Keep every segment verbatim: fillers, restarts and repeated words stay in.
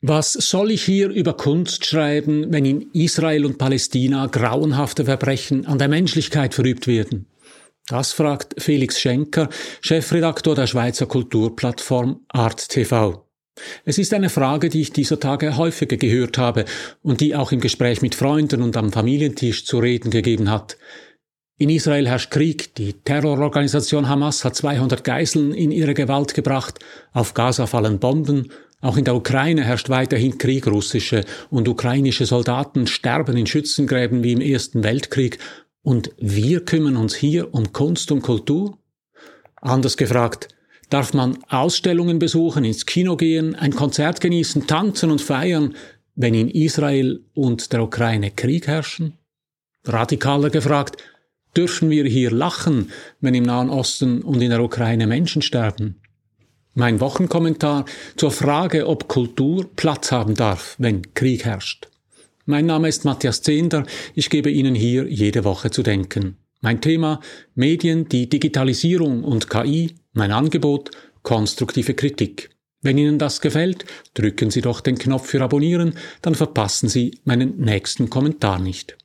Was soll ich hier über Kunst schreiben, wenn in Israel und Palästina grauenhafte Verbrechen an der Menschlichkeit verübt werden? Das fragt Felix Schenker, Chefredaktor der Schweizer Kulturplattform Art T V. Es ist eine Frage, die ich dieser Tage häufiger gehört habe und die auch im Gespräch mit Freunden und am Familientisch zu reden gegeben hat. In Israel herrscht Krieg, die Terrororganisation Hamas hat zweihundert Geiseln in ihre Gewalt gebracht, auf Gaza fallen Bomben, auch in der Ukraine herrscht weiterhin Krieg, russische und ukrainische Soldaten sterben in Schützengräben wie im Ersten Weltkrieg und wir kümmern uns hier um Kunst und Kultur? Anders gefragt, darf man Ausstellungen besuchen, ins Kino gehen, ein Konzert genießen, tanzen und feiern, wenn in Israel und der Ukraine Krieg herrschen? Radikaler gefragt, dürfen wir hier lachen, wenn im Nahen Osten und in der Ukraine Menschen sterben? Mein Wochenkommentar zur Frage, ob Kultur Platz haben darf, wenn Krieg herrscht. Mein Name ist Matthias Zehnder, ich gebe Ihnen hier jede Woche zu denken. Mein Thema: Medien, die Digitalisierung und K I, mein Angebot: konstruktive Kritik. Wenn Ihnen das gefällt, drücken Sie doch den Knopf für Abonnieren, dann verpassen Sie meinen nächsten Kommentar nicht.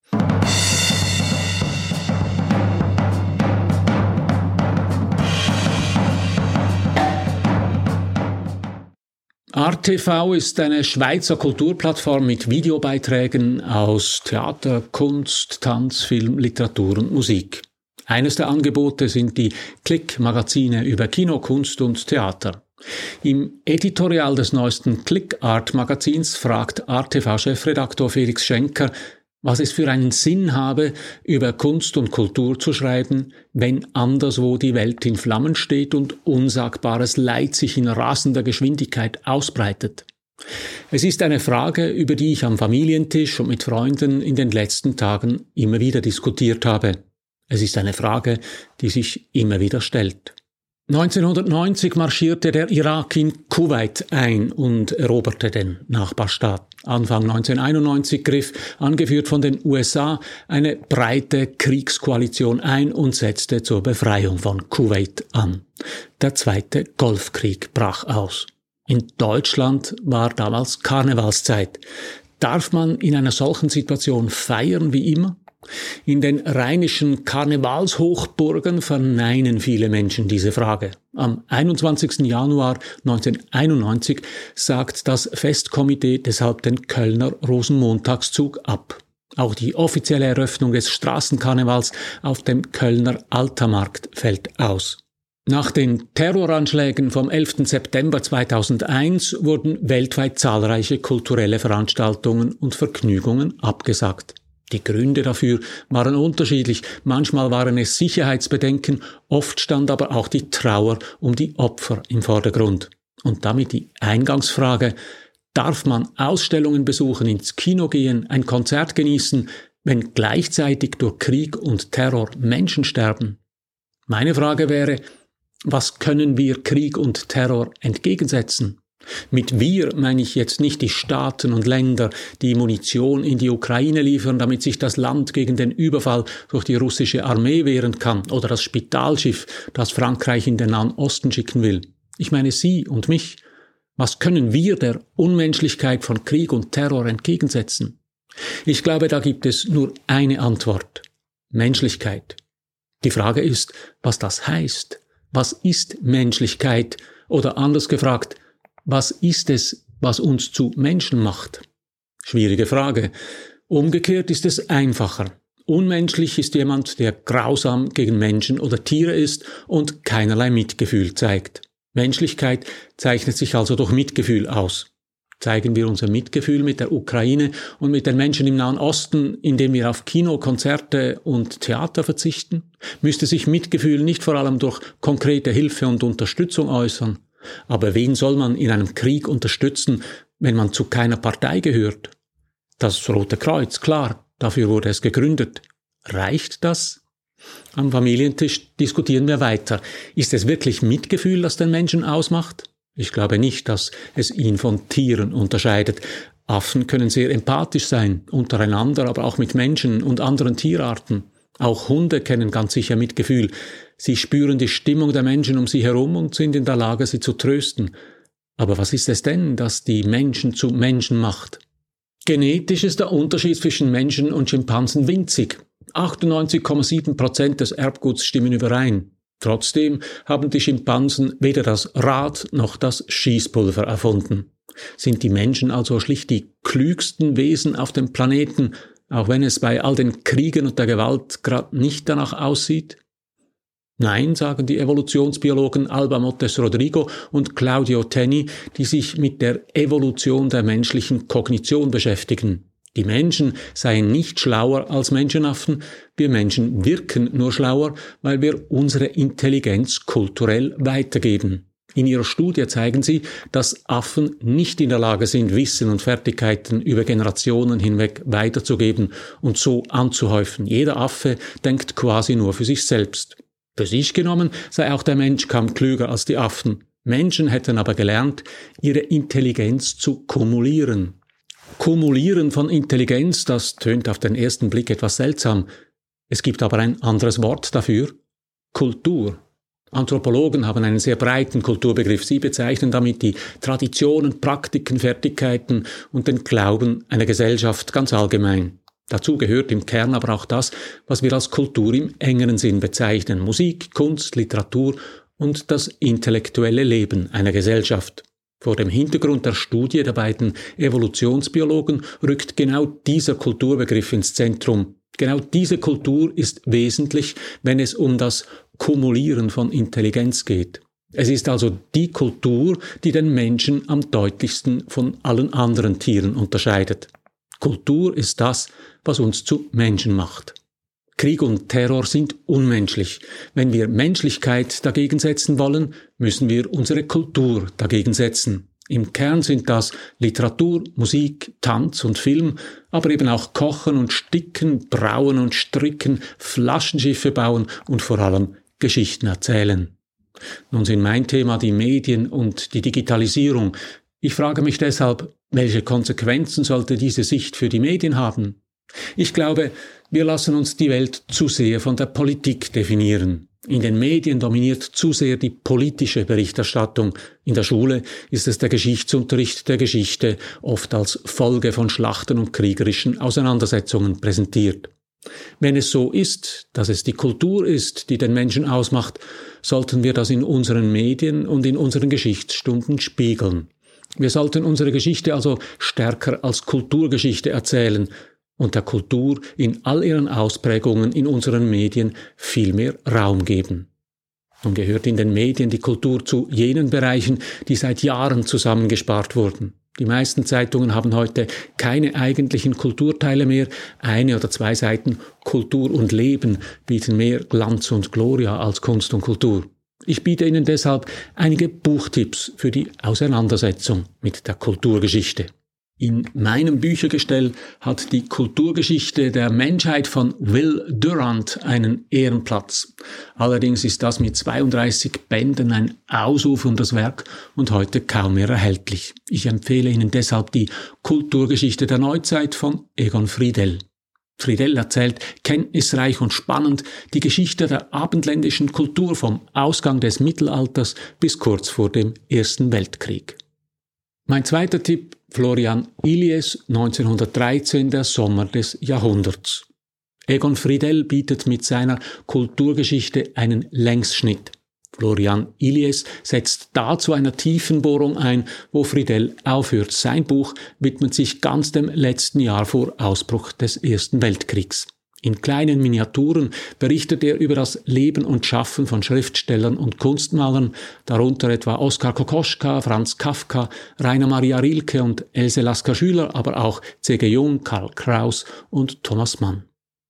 Art T V ist eine Schweizer Kulturplattform mit Videobeiträgen aus Theater, Kunst, Tanz, Film, Literatur und Musik. Eines der Angebote sind die Click-Magazine über Kino, Kunst und Theater. Im Editorial des neuesten Click-Art-Magazins fragt Art T V-Chefredaktor Felix Schenker, was es für einen Sinn habe, über Kunst und Kultur zu schreiben, wenn anderswo die Welt in Flammen steht und unsagbares Leid sich in rasender Geschwindigkeit ausbreitet. Es ist eine Frage, über die ich am Familientisch und mit Freunden in den letzten Tagen immer wieder diskutiert habe. Es ist eine Frage, die sich immer wieder stellt. neunzehnhundertneunzig marschierte der Irak in Kuwait ein und eroberte den Nachbarstaat. Anfang neunzehnhunderteinundneunzig griff, angeführt von den U S A, eine breite Kriegskoalition ein und setzte zur Befreiung von Kuwait an. Der Zweite Golfkrieg brach aus. In Deutschland war damals Karnevalszeit. Darf man in einer solchen Situation feiern wie immer? In den rheinischen Karnevalshochburgen verneinen viele Menschen diese Frage. Am einundzwanzigsten Januar neunzehnhunderteinundneunzig sagt das Festkomitee deshalb den Kölner Rosenmontagszug ab. Auch die offizielle Eröffnung des Straßenkarnevals auf dem Kölner Altermarkt fällt aus. Nach den Terroranschlägen vom elften September zweitausendeins wurden weltweit zahlreiche kulturelle Veranstaltungen und Vergnügungen abgesagt. Die Gründe dafür waren unterschiedlich, manchmal waren es Sicherheitsbedenken, oft stand aber auch die Trauer um die Opfer im Vordergrund. Und damit die Eingangsfrage: Darf man Ausstellungen besuchen, ins Kino gehen, ein Konzert genießen, wenn gleichzeitig durch Krieg und Terror Menschen sterben? Meine Frage wäre: Was können wir Krieg und Terror entgegensetzen? Mit wir meine ich jetzt nicht die Staaten und Länder, die Munition in die Ukraine liefern, damit sich das Land gegen den Überfall durch die russische Armee wehren kann, oder das Spitalschiff, das Frankreich in den Nahen Osten schicken will. Ich meine Sie und mich. Was können wir der Unmenschlichkeit von Krieg und Terror entgegensetzen? Ich glaube, da gibt es nur eine Antwort: Menschlichkeit. Die Frage ist, was das heißt. Was ist Menschlichkeit? Oder anders gefragt, was ist es, was uns zu Menschen macht? Schwierige Frage. Umgekehrt ist es einfacher. Unmenschlich ist jemand, der grausam gegen Menschen oder Tiere ist und keinerlei Mitgefühl zeigt. Menschlichkeit zeichnet sich also durch Mitgefühl aus. Zeigen wir unser Mitgefühl mit der Ukraine und mit den Menschen im Nahen Osten, indem wir auf Kino, Konzerte und Theater verzichten? Müsste sich Mitgefühl nicht vor allem durch konkrete Hilfe und Unterstützung äußern? Aber wen soll man in einem Krieg unterstützen, wenn man zu keiner Partei gehört? Das Rote Kreuz, klar, dafür wurde es gegründet. Reicht das? Am Familientisch diskutieren wir weiter. Ist es wirklich Mitgefühl, das den Menschen ausmacht? Ich glaube nicht, dass es ihn von Tieren unterscheidet. Affen können sehr empathisch sein, untereinander, aber auch mit Menschen und anderen Tierarten. Auch Hunde kennen ganz sicher Mitgefühl. Sie spüren die Stimmung der Menschen um sie herum und sind in der Lage, sie zu trösten. Aber was ist es denn, das die Menschen zu Menschen macht? Genetisch ist der Unterschied zwischen Menschen und Schimpansen winzig. achtundneunzig Komma sieben Prozent des Erbguts stimmen überein. Trotzdem haben die Schimpansen weder das Rad noch das Schießpulver erfunden. Sind die Menschen also schlicht die klügsten Wesen auf dem Planeten, auch wenn es bei all den Kriegen und der Gewalt gerade nicht danach aussieht? Nein, sagen die Evolutionsbiologen Alba Mottes Rodrigo und Claudio Teni, die sich mit der Evolution der menschlichen Kognition beschäftigen. Die Menschen seien nicht schlauer als Menschenaffen, wir Menschen wirken nur schlauer, weil wir unsere Intelligenz kulturell weitergeben. In ihrer Studie zeigen sie, dass Affen nicht in der Lage sind, Wissen und Fertigkeiten über Generationen hinweg weiterzugeben und so anzuhäufen. Jeder Affe denkt quasi nur für sich selbst. Für sich genommen sei auch der Mensch kaum klüger als die Affen. Menschen hätten aber gelernt, ihre Intelligenz zu kumulieren. Kumulieren von Intelligenz, das tönt auf den ersten Blick etwas seltsam. Es gibt aber ein anderes Wort dafür: Kultur. Anthropologen haben einen sehr breiten Kulturbegriff. Sie bezeichnen damit die Traditionen, Praktiken, Fertigkeiten und den Glauben einer Gesellschaft ganz allgemein. Dazu gehört im Kern aber auch das, was wir als Kultur im engeren Sinn bezeichnen: Musik, Kunst, Literatur und das intellektuelle Leben einer Gesellschaft. Vor dem Hintergrund der Studie der beiden Evolutionsbiologen rückt genau dieser Kulturbegriff ins Zentrum. Genau diese Kultur ist wesentlich, wenn es um das Kumulieren von Intelligenz geht. Es ist also die Kultur, die den Menschen am deutlichsten von allen anderen Tieren unterscheidet. Kultur ist das, was uns zu Menschen macht. Krieg und Terror sind unmenschlich. Wenn wir Menschlichkeit dagegen setzen wollen, müssen wir unsere Kultur dagegen setzen. Im Kern sind das Literatur, Musik, Tanz und Film, aber eben auch Kochen und Sticken, Brauen und Stricken, Flaschenschiffe bauen und vor allem Geschichten erzählen. Nun sind mein Thema die Medien und die Digitalisierung. Ich frage mich deshalb, welche Konsequenzen sollte diese Sicht für die Medien haben? Ich glaube, wir lassen uns die Welt zu sehr von der Politik definieren. In den Medien dominiert zu sehr die politische Berichterstattung. In der Schule ist es der Geschichtsunterricht der Geschichte, oft als Folge von Schlachten und kriegerischen Auseinandersetzungen präsentiert. Wenn es so ist, dass es die Kultur ist, die den Menschen ausmacht, sollten wir das in unseren Medien und in unseren Geschichtsstunden spiegeln. Wir sollten unsere Geschichte also stärker als Kulturgeschichte erzählen und der Kultur in all ihren Ausprägungen in unseren Medien viel mehr Raum geben. Nun gehört in den Medien die Kultur zu jenen Bereichen, die seit Jahren zusammengespart wurden. Die meisten Zeitungen haben heute keine eigentlichen Kulturteile mehr. Eine oder zwei Seiten Kultur und Leben bieten mehr Glanz und Gloria als Kunst und Kultur. Ich biete Ihnen deshalb einige Buchtipps für die Auseinandersetzung mit der Kulturgeschichte. In meinem Büchergestell hat die Kulturgeschichte der Menschheit von Will Durant einen Ehrenplatz. Allerdings ist das mit zweiunddreißig Bänden ein ausuferndes Werk und heute kaum mehr erhältlich. Ich empfehle Ihnen deshalb die Kulturgeschichte der Neuzeit von Egon Friedel. Friedel erzählt kenntnisreich und spannend die Geschichte der abendländischen Kultur vom Ausgang des Mittelalters bis kurz vor dem Ersten Weltkrieg. Mein zweiter Tipp: Florian Illies, neunzehnhundertdreizehn, der Sommer des Jahrhunderts. Egon Friedel bietet mit seiner Kulturgeschichte einen Längsschnitt. Florian Illies setzt da zu einer Tiefenbohrung ein, wo Friedel aufhört. Sein Buch widmet sich ganz dem letzten Jahr vor Ausbruch des Ersten Weltkriegs. In kleinen Miniaturen berichtet er über das Leben und Schaffen von Schriftstellern und Kunstmalern, darunter etwa Oskar Kokoschka, Franz Kafka, Rainer Maria Rilke und Else Lasker-Schüler, aber auch C G Jung, Karl Kraus und Thomas Mann.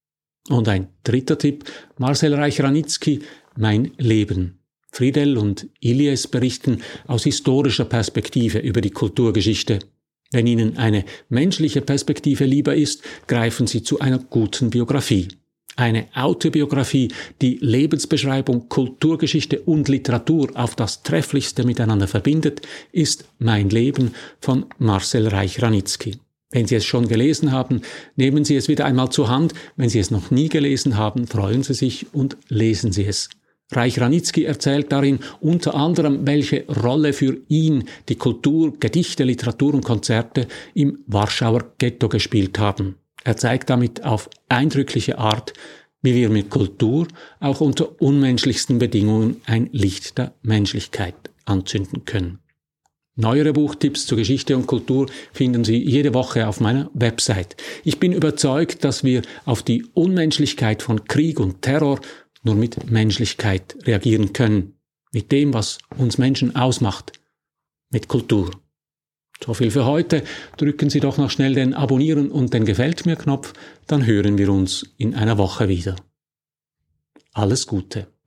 Und ein dritter Tipp: Marcel Reich-Ranitzky, Mein Leben. Friedel und Illies berichten aus historischer Perspektive über die Kulturgeschichte. Wenn Ihnen eine menschliche Perspektive lieber ist, greifen Sie zu einer guten Biografie. Eine Autobiografie, die Lebensbeschreibung, Kulturgeschichte und Literatur auf das Trefflichste miteinander verbindet, ist Mein Leben von Marcel Reich-Ranitzky. Wenn Sie es schon gelesen haben, nehmen Sie es wieder einmal zur Hand. Wenn Sie es noch nie gelesen haben, freuen Sie sich und lesen Sie es. Reich Ranitzky erzählt darin unter anderem, welche Rolle für ihn die Kultur, Gedichte, Literatur und Konzerte im Warschauer Ghetto gespielt haben. Er zeigt damit auf eindrückliche Art, wie wir mit Kultur auch unter unmenschlichsten Bedingungen ein Licht der Menschlichkeit anzünden können. Neuere Buchtipps zur Geschichte und Kultur finden Sie jede Woche auf meiner Website. Ich bin überzeugt, dass wir auf die Unmenschlichkeit von Krieg und Terror nur mit Menschlichkeit reagieren können. Mit dem, was uns Menschen ausmacht. Mit Kultur. So viel für heute. Drücken Sie doch noch schnell den Abonnieren und den Gefällt mir Knopf, dann hören wir uns in einer Woche wieder. Alles Gute.